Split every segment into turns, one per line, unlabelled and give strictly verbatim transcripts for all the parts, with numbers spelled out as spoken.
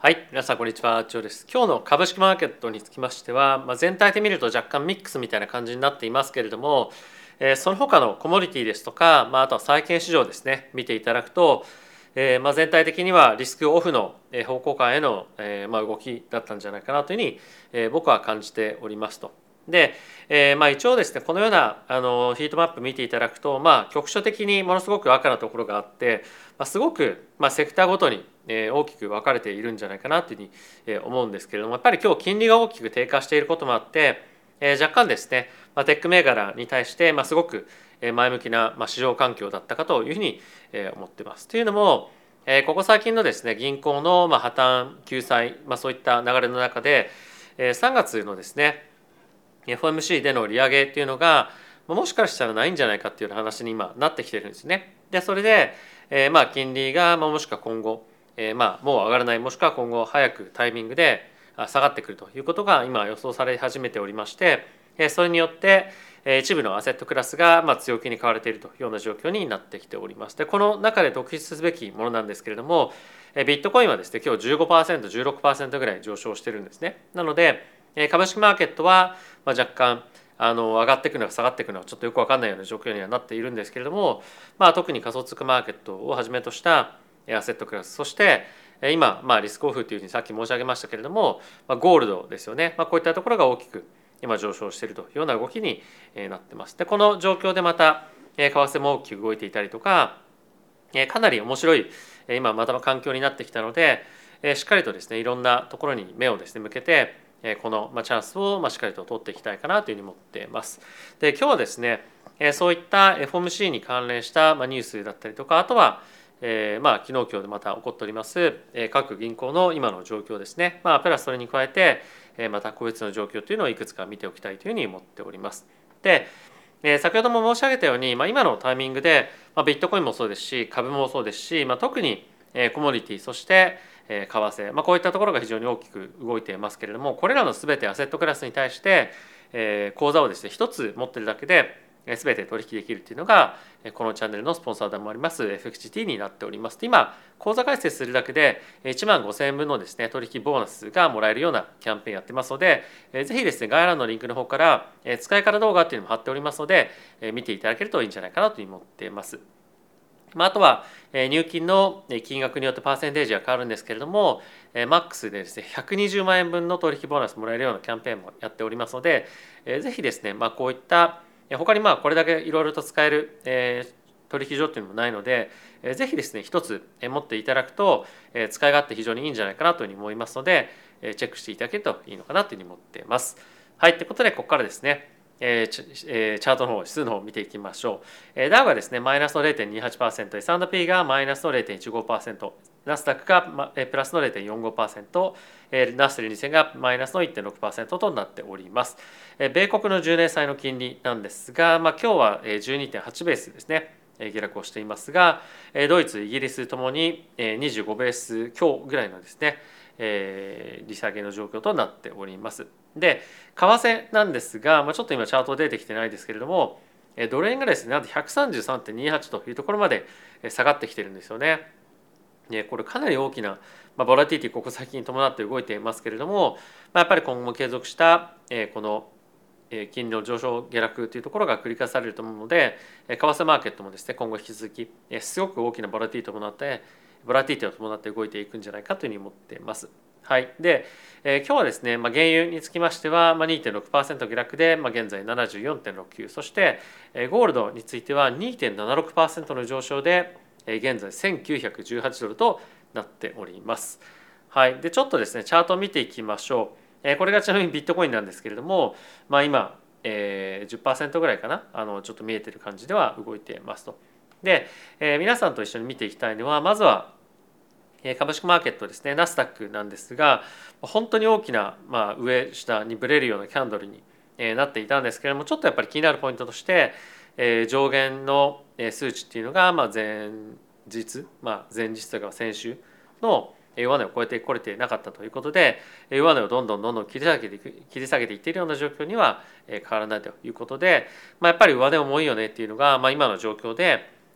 はい、皆さんこんにちは、ジョーです。今日の株式マーケットにつきましては、まあ、全体で見ると若干ミックスみたいな感じになっていますけれども、えーその他のコモディティですとか、まあ、あとは債券市場ですね、見ていただくと、えーまあ、全体的にはリスクオフの方向感への、えーまあ、動きだったんじゃないかなというふうに、えー僕は感じておりますと。で、えーまあ、一応ですね、このようなあのヒートマップ見ていただくと、まあ、局所的にものすごく赤なところがあって、まあ、すごく、まあ、セクターごとにえー大きく分かれているんじゃないかなというふうにえー思うんですけれども、やっぱり今日金利が大きく低下していることもあって、えー若干ですね、まあ、テック銘柄に対して、まあ、すごくえー前向きな、まあ、市場環境だったかというふうにえー思っています。というのも、えーここ最近のですね銀行のまあ破綻救済、まあ、そういった流れの中で、えーさんがつのですね エフオーエムシー での利上げっていうのがもしかしたらないんじゃないかっていう話に今なってきてるんですね。でそれで、えーまあ金利がもしくは今後、えーまあもう上がらない、もしくは今後早くタイミングで下がってくるということが今予想され始めておりまして、それによって一部のアセットクラスがまあ強気に買われているというような状況になってきております。でこの中で特筆すべきものなんですけれども、ビットコインはですね今日じゅうごパーセント、じゅうろくパーセントぐらい上昇してるんですね。なので株式マーケットは若干あの上がっていくのか下がっていくのかちょっとよく分かんないような状況にはなっているんですけれども、まあ、特に仮想通貨マーケットをはじめとしたアセットクラス、そして今、まあ、リスクオフというふうにさっき申し上げましたけれども、まあ、ゴールドですよね、まあ、こういったところが大きく今上昇しているというような動きになってます。でこの状況でまた為替も大きく動いていたりとか、かなり面白い今また環境になってきたので、しっかりとですねいろんなところに目をですね向けてこのチャンスをしっかりと取っていきたいかなというふうに思っています。で今日はですねそういった エフオーエムシー に関連したニュースだったりとか、あとはえー、まあ昨日今日でまた起こっております各銀行の今の状況ですね、まあ、プラスそれに加えてまた個別の状況というのをいくつか見ておきたいというふうに思っております。で先ほども申し上げたように、まあ、今のタイミングで、まあ、ビットコインもそうですし株もそうですし、まあ、特にコモディティ、そして為替、まあ、こういったところが非常に大きく動いていますけれども、これらの全てアセットクラスに対して口座をですね一つ持っているだけで全て取引できるっていうのがこのチャンネルのスポンサーでもあります エフエックスジーティー になっております。今口座開設するだけでいちまんごせんえんぶんのですね取引ボーナスがもらえるようなキャンペーンやってますので、ぜひですね概要欄のリンクの方から使い方動画っていうのも貼っておりますので、見ていただけるといいんじゃないかなと思っています。あとは入金の金額によってパーセンテージが変わるんですけれども、マックスでですねひゃくにじゅうまんえんぶんの取引ボーナスもらえるようなキャンペーンもやっておりますので、ぜひですね、まあ、こういった他にまあこれだけいろいろと使える取引所っていうのもないので、ぜひですね一つ持っていただくと使い勝手非常にいいんじゃないかなというふうに思いますので、チェックしていただけるといいのかなというふうに思っています。はい、ということでここからですねえー、チャートの方、指数の方を見ていきましょう。えー、ダウがですね、マイナスの れいてんにはちパーセント、エスアンドピー がマイナスの れいてんいちごパーセント、ナスダックがプラスの れいてんよんごパーセント、ナスダックにせんがマイナスの いってんろくパーセント となっております。米国のじゅうねん債の金利なんですが、まあ、今日は じゅうにてんはち ベースですね。下落をしていますが、ドイツ、イギリスともににじゅうごベース強ぐらいのですね、利下げの状況となっております。で、為替なんですが、まあ、ちょっと今チャート出てきてないですけれども、ドル円がですね、なんと ひゃくさんじゅうさんてんにはち というところまで下がってきてるんですよね。これかなり大きな、まあ、ボラティティここ最近伴って動いていますけれども、まあ、やっぱり今後も継続したこの金利の上昇下落というところが繰り返されると思うので、為替マーケットもですね今後引き続きすごく大きなボラティティと伴ってボラティティを伴って動いていくんじゃないかというふうに思っています。はい、で、えー、今日はですね、まあ、原油につきましては、まあ、にてんろくパーセント 下落で、まあ、現在 ななじゅうよんてんろくきゅう、そして、えー、ゴールドについては にてんななろくパーセント の上昇で、えー、現在せんきゅうひゃくじゅうはちドルとなっております。はい、でちょっとですねチャートを見ていきましょう。えー、これがちなみにビットコインなんですけれども、まあ、今、えー、じゅっパーセント ぐらいかな、あのちょっと見えてる感じでは動いていますと。で、えー、皆さんと一緒に見ていきたいのは、まずは株式マーケットですね、ナスダックなんですが、本当に大きな、まあ、上下にぶれるようなキャンドルになっていたんですけれども、ちょっとやっぱり気になるポイントとして、上限の数値っていうのが、まあ、前日、まあ、前日というか先週の弱値を超えてこれてなかったということで、弱値をどんどんどんどん切り下げていく切り下げていっているような状況には変わらないということで、まあ、やっぱり上値重いよねっていうのが、まあ、今の状況で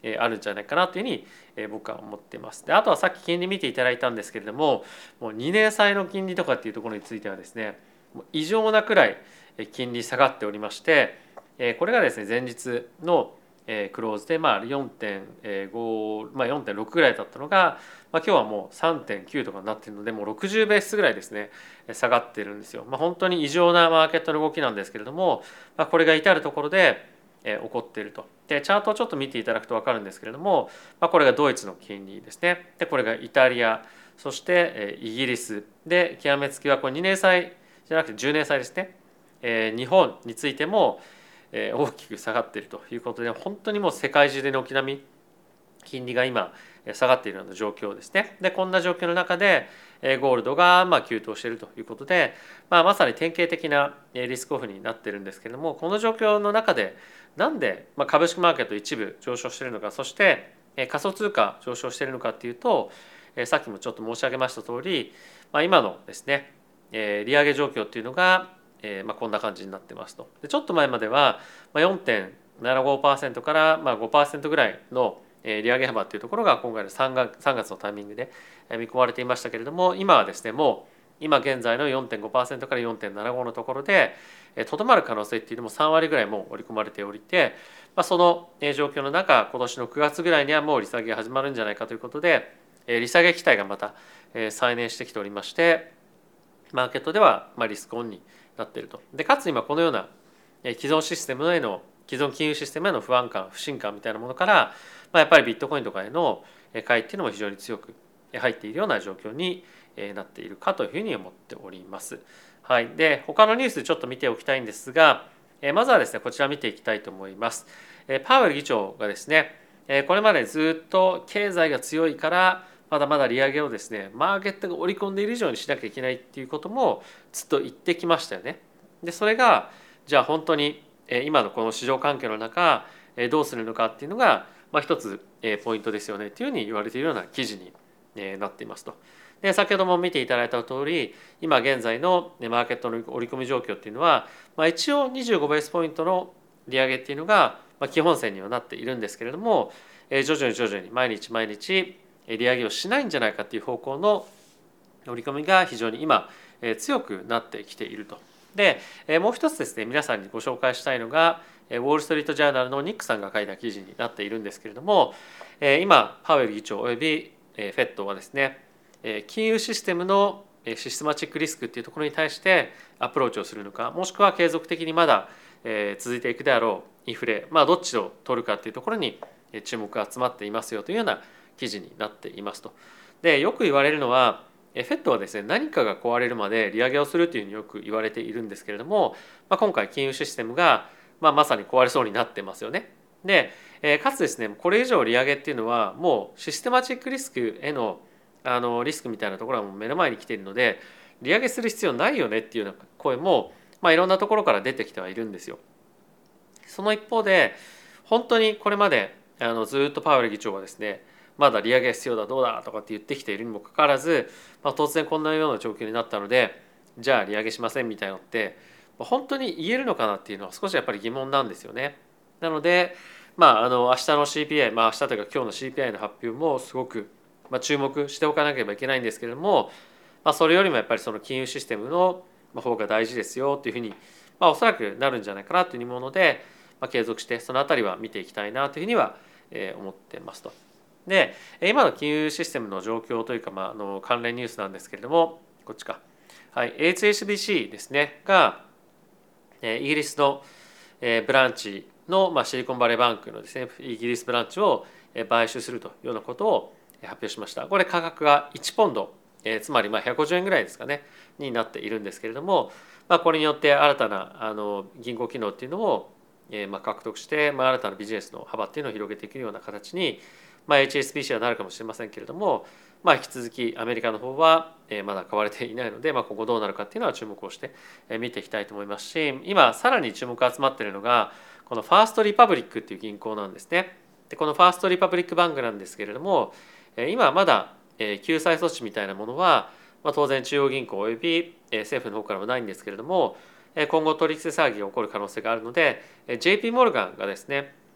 あるんじゃないかなというふうに僕は思っています。であとはさっき金利見ていただいたんですけれども、もうにねん債の金利とかっていうところについてはですね、異常なくらい金利下がっておりまして、これがですね前日のクローズでまあ よんてんご、まあ、よんてんろくぐらいだったのが、まあ、今日はもう さんてんきゅうとかになっているので、もうろくじゅうベースぐらいですね下がっているんですよ。まあ、本当に異常なマーケットの動きなんですけれども、まあ、これが至るところでえ起こっていると。でチャートをちょっと見ていただくと分かるんですけれども、まあ、これがドイツの金利ですね。でこれがイタリア、そしてえイギリスで、極めつきはこれにねん債じゃなくてじゅうねん債ですね。え日本についてもえ大きく下がっているということで、本当にもう世界中で軒並み金利が今下がっているような状況ですね。でこんな状況の中でゴールドがまあ急騰しているということで、まあ、まさに典型的なリスクオフになっているんですけれども、この状況の中でなんで株式マーケット一部上昇しているのか、そして仮想通貨上昇しているのかっていうと、さっきもちょっと申し上げました通り、まあ、今のですね利上げ状況っていうのがまあこんな感じになってますと。でちょっと前までは よんてんななごパーセント からまあ ごパーセント ぐらいの利上げ幅っていうところが今回のさんがつのタイミングで見込まれていましたけれども、今はですねもう今現在の よんてんごパーセント から よんてんななご のところでとどまる可能性っていうのもさんわりぐらいもう織り込まれておりて、まあ、その状況の中、今年のくがつぐらいにはもう利下げが始まるんじゃないかということで、利下げ期待がまた再燃してきておりまして、マーケットではまあリスクオンになっていると。でかつ今このような既存システムへの既存金融システムへの不安感、不信感みたいなものから、まあ、やっぱりビットコインとかへの買いっていうのも非常に強く入っているような状況になっているかというふうに思っております。はい、で他のニュースちょっと見ておきたいんですが、まずはですねこちら見ていきたいと思います。パウエル議長がですねこれまでずっと経済が強いからまだまだ利上げをですねマーケットが織り込んでいる以上にしなきゃいけないっていうこともずっと言ってきましたよね。でそれがじゃあ本当に今のこの市場環境の中どうするのかっていうのが、まあ、一つポイントですよねっていうふうに言われているような記事になっていますと。で先ほども見ていただいた通り、今現在のマーケットの織り込み状況っていうのは、まあ、一応にじゅうごベースポイントの利上げっていうのが基本線にはなっているんですけれども、徐々に徐々に毎日毎日利上げをしないんじゃないかっていう方向の織り込みが非常に今強くなってきていると。でもう一つですね皆さんにご紹介したいのがウォール・ストリート・ジャーナルのニックさんが書いた記事になっているんですけれども、今パウエル議長およびフェットはですね金融システムのシステマチックリスクっていうところに対してアプローチをするのか、もしくは継続的にまだ続いていくであろうインフレ、まあどっちを取るかっていうところに注目が集まっていますよというような記事になっていますと。でよく言われるのはフェットはですね何かが壊れるまで利上げをするというふうによく言われているんですけれども、まあ、今回金融システムが、まあ、まさに壊れそうになってますよね。でかつですねこれ以上利上げっていうのはもうシステマチックリスクへのあのリスクみたいなところはもう目の前に来ているので、利上げする必要ないよねっていうような声も、まあ、いろんなところから出てきてはいるんですよ。その一方で本当にこれまであのずっとパウエル議長はですねまだ利上げ必要だどうだとかって言ってきているにもかかわらず、まあ、突然こんなような状況になったのでじゃあ利上げしませんみたいなのって本当に言えるのかなっていうのは少しやっぱり疑問なんですよね。なのでまああの明日の シーピーアイ、まあ明日というか今日の シーピーアイ の発表もすごくまあ注目しておかなければいけないんですけれども、まあ、それよりもやっぱりその金融システムの方が大事ですよっていうふうに、まあ、おそらくなるんじゃないかなというもので、まあ、継続してそのあたりは見ていきたいなというふうには思ってますと。で今の金融システムの状況というか、まあ、あの関連ニュースなんですけれどもこっちか、はい、エイチエスビーシー ですねがイギリスのブランチの、まあ、シリコンバレーバンクのですねイギリスブランチを買収するというようなことを発表しました。これ価格がいちポンド、えー、つまりまあひゃくごじゅうえんぐらいですかねになっているんですけれども、まあ、これによって新たなあの銀行機能っていうのを、えー、まあ獲得して、まあ、新たなビジネスの幅っていうのを広げていくような形に、まあ、エイチエスビーシー はなるかもしれませんけれども、まあ、引き続きアメリカの方はまだ買われていないので、まあ、今後どうなるかっていうのは注目をして見ていきたいと思いますし、今さらに注目が集まっているのがこのファーストリパブリックっていう銀行なんですね。でこのファーストリパブリックバンクなんですけれども、今まだ救済措置みたいなものは、まあ、当然中央銀行および政府の方からもないんですけれども、今後取引騒ぎが起こる可能性があるので ジェイピー モルガンがですね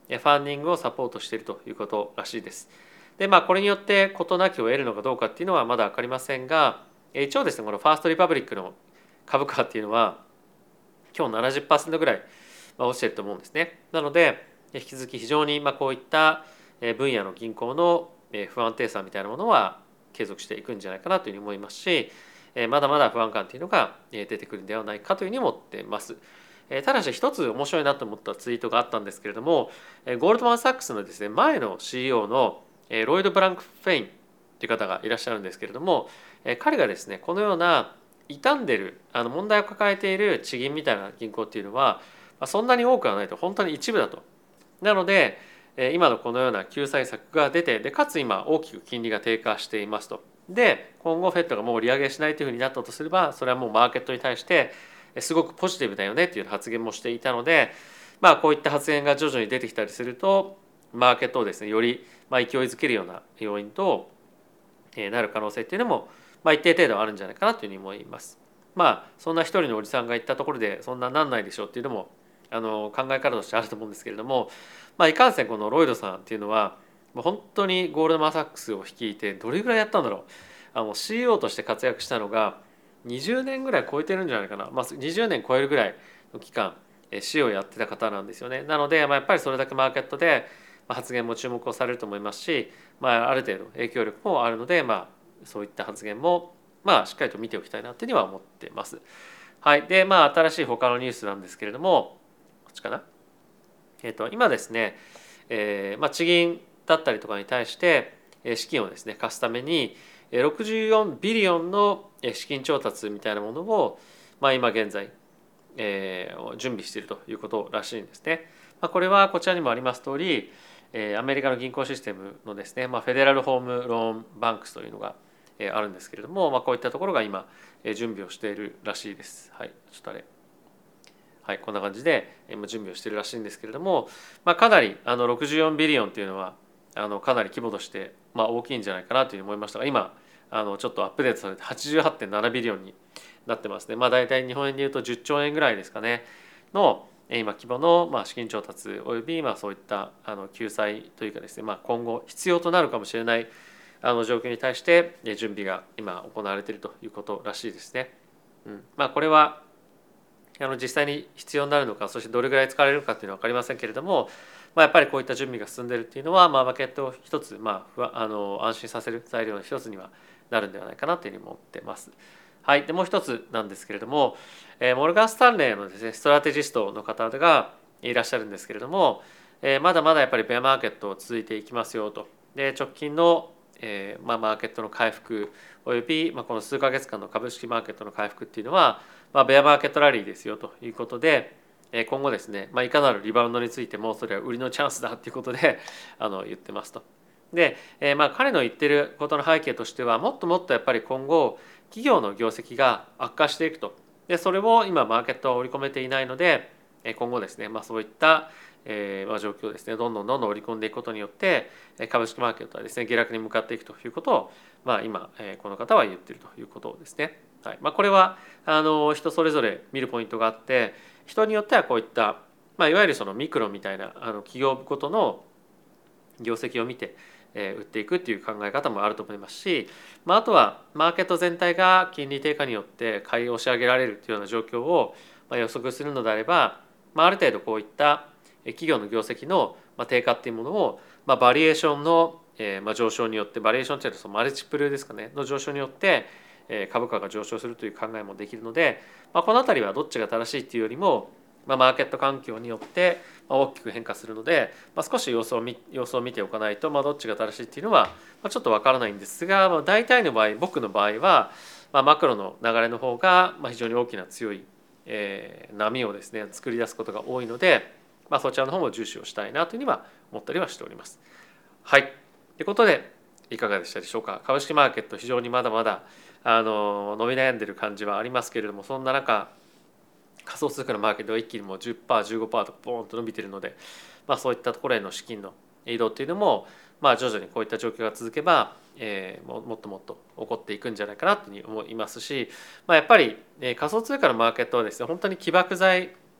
ファンディングをサポートしているということらしいです。でまあこれによって事なきを得るのかどうかっていうのはまだ分かりませんが、一応ですねこのファーストリパブリックの株価っていうのは今日 ななじゅっパーセント ぐらい落ちていると思うんですね。なので引き続き非常にまあこういった分野の銀行の不安定さみたいなものは継続していくんじゃないかなというふうに思いますし、まだまだ不安感というのが出てくるんではないかというふうに思っています。ただし一つ面白いなと思ったツイートがあったんですけれども、ゴールドマン・サックスのですね前の シーイーオー のロイド・ブランク・フェインという方がいらっしゃるんですけれども、彼がですねこのような傷んでるあの問題を抱えている地銀みたいな銀行っていうのはそんなに多くはないと、本当に一部だと。なので今のこのような救済策が出て、でかつ今大きく金利が低下していますと。で今後フェットがもう利上げしないというふうになったとすれば、それはもうマーケットに対してすごくポジティブだよねっていう発言もしていたので、まあこういった発言が徐々に出てきたりするとマーケットをですねよりまあ勢いづけるような要因となる可能性っていうのもまあ一定程度あるんじゃないかなというふうに思います。まあそんな一人のおじさんが言ったところでそんななんないでしょうっていうのもあの考え方としてあると思うんですけれども、まあいかんせんこのロイドさんっていうのは本当にゴールドマン・サックスを率いてどれぐらいやったんだろう、あの シーイーオー として活躍したのがにじゅうねんぐらい超えてるんじゃないかな、まあ、にじゅうねん超えるぐらいの期間 シーイーオー やってた方なんですよね。なので、まあ、やっぱりそれだけマーケットで発言も注目をされると思いますし、まあ、ある程度影響力もあるので、まあ、そういった発言も、まあ、しっかりと見ておきたいなというには思っています。はい、でまあ新しい他のニュースなんですけれども、こっちかな、えっと今ですね、えーまあ、地銀だったりとかに対して資金をですね貸すためにろくじゅうよんビリオンの資金調達みたいなものを、まあ、今現在、えー、準備しているということらしいんですね。まあ、これはこちらにもあります通り、アメリカの銀行システムのですね、まあ、フェデラルホームローンバンクスというのがあるんですけれども、まあ、こういったところが今準備をしているらしいです。はい、ちょっとあれ。はい、こんな感じで今準備をしているらしいんですけれども、まあ、かなりあのろくじゅうよんビリオンというのはあのかなり規模として、まあ、大きいんじゃないかなというふうに思いましたが、今あのちょっとアップデートされて はちじゅうはちてんななビリオンになってますね。まあ、大体日本円でいうとじゅっちょうえんぐらいですかねの今規模のまあ資金調達およびまあそういったあの救済というかですね、まあ、今後必要となるかもしれないあの状況に対して準備が今行われているということらしいですね。うん、まあこれはあの実際に必要になるのか、そしてどれぐらい使われるかっていうのは分かりませんけれども、まあ、やっぱりこういった準備が進んでいるっていうのは、まあ、マーケットを一つ、まあ、あの安心させる材料の一つにはなるんではないかなというふうに思ってます。はい、でもう一つなんですけれども、えー、モルガン・スタンレーのですねストラテジストの方がいらっしゃるんですけれども、えー、まだまだやっぱりベアマーケット続いていきますよと。で直近のえーまあ、マーケットの回復および、まあ、この数か月間の株式マーケットの回復っていうのは、まあ、ベアマーケットラリーですよということで、えー、今後ですね、まあ、いかなるリバウンドについてもそれは売りのチャンスだっていうことであの言ってますと。で、えー、まあ彼の言ってることの背景としては、もっともっとやっぱり今後企業の業績が悪化していくと。でそれを今マーケットは織り込めていないので、今後ですね、まあ、そういったえーまあ、状況をですねどんどんどんどん織り込んでいくことによって株式マーケットはですね下落に向かっていくということを、まあ、今、えー、この方は言っているということですね。はい、まあ、これはあの人それぞれ見るポイントがあって、人によってはこういった、まあ、いわゆるそのミクロみたいなあの企業ごとの業績を見て、えー、売っていくっていう考え方もあると思いますし、まあ、あとはマーケット全体が金利低下によって買い押し上げられるというような状況を予測するのであれば、まあ、ある程度こういった企業の業績の低下っていうものを、まあ、バリエーションの上昇によって、バリエーションというとそのマルチプルですかねの上昇によって株価が上昇するという考えもできるので、まあ、この辺りはどっちが正しいっていうよりも、まあ、マーケット環境によって大きく変化するので、まあ、少し様子を見様子を見ておかないと、まあ、どっちが正しいっていうのはちょっとわからないんですが、まあ、大体の場合僕の場合は、まあ、マクロの流れの方が非常に大きな強い、えー、波をですね作り出すことが多いので、まあ、そちらの方も重視をしたいなというには思ったりはしております。はい。ということでいかがでしたでしょうか。株式マーケット非常にまだまだあの伸び悩んでる感じはありますけれども、そんな中仮想通貨のマーケットは一気にもう じゅっパーセント、じゅうごパーセント とボーンと伸びているので、まあ、そういったところへの資金の移動っていうのも、まあ、徐々にこういった状況が続けば、えー、ももっともっと起こっていくんじゃないかなというふうに思いますし、まあ、やっぱり、えー、仮想通貨のマーケットはですね本当に起爆剤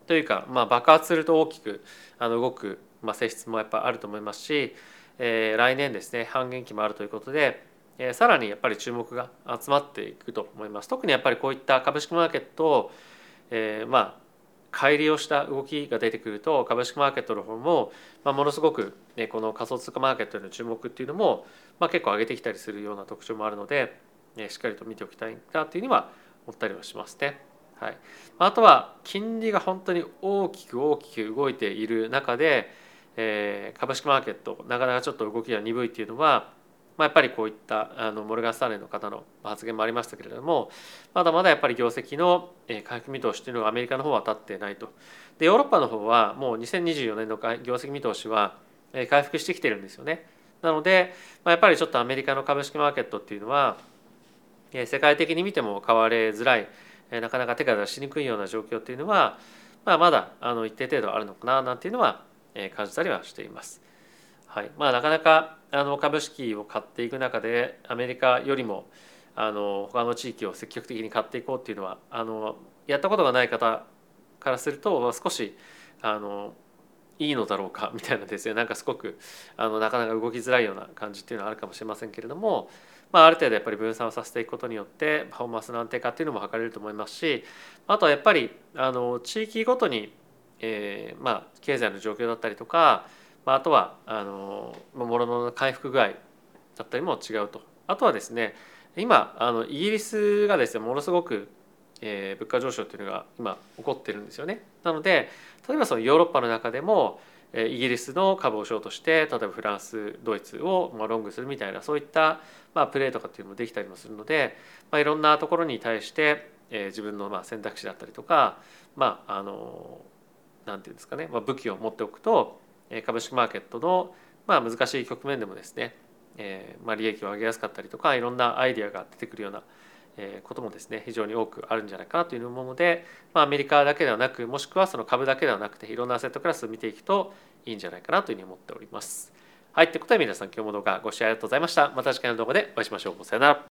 というか、まあ、爆発すると大きくあの動く、まあ、性質もやっぱあると思いますし、えー、来年ですね半減期もあるということで、えー、さらにやっぱり注目が集まっていくと思います。特にやっぱりこういった株式マーケットを、えー、まあ乖離をした動きが出てくると株式マーケットの方も、まあ、ものすごく、ね、この仮想通貨マーケットへの注目っていうのも、まあ、結構上げてきたりするような特徴もあるので、えー、しっかりと見ておきたいなというには思ったりはしますね。はい、あとは金利が本当に大きく大きく動いている中で、えー、株式マーケットなかなかちょっと動きが鈍いっていうのは、まあ、やっぱりこういったあのモルガン・スタンレーの方の発言もありましたけれども、まだまだやっぱり業績の回復見通しというのがアメリカの方は立ってないと。でヨーロッパの方はもうにせんにじゅうよねんの業績見通しは回復してきてるんですよね。なので、まあ、やっぱりちょっとアメリカの株式マーケットっていうのは世界的に見ても買われづらい、なかなか手が出しにくいような状況っていうのは、まあ、まだあの一定程度あるのかななんていうのは感じたりはしています。はい、まあなかなかあの株式を買っていく中でアメリカよりもあの他の地域を積極的に買っていこうっていうのはあのやったことがない方からすると少しあのいいのだろうかみたいなですね、なんかすごくあのなかなか動きづらいような感じっていうのはあるかもしれませんけれども、まあ、ある程度やっぱり分散をさせていくことによってパフォーマンスの安定化っていうのも図れると思いますし、あとはやっぱりあの地域ごとに、えー、まあ経済の状況だったりとか、あとはあの物の回復具合だったりも違うと。あとはですね、今あのイギリスがですねものすごく、えー、物価上昇というのが今起こってるんですよね。なので例えばそのヨーロッパの中でもイギリスの株をショートして例えばフランスドイツをロングするみたいなそういった、まあ、プレーとかっていうのもできたりもするので、まあ、いろんなところに対して、えー、自分のまあ選択肢だったりとか、まああのなんていうんですかね、まあ、武器を持っておくと株式マーケットのまあ難しい局面でもですね、えー、まあ利益を上げやすかったりとかいろんなアイデアが出てくるようなこともですね非常に多くあるんじゃないかなというもので、まあ、アメリカだけではなくもしくはその株だけではなくていろんなアセットクラスを見ていくといいんじゃないかなというふうに思っております。はい、ということで皆さん今日も動画ご視聴ありがとうございました。また次回の動画でお会いしましょう。さよなら。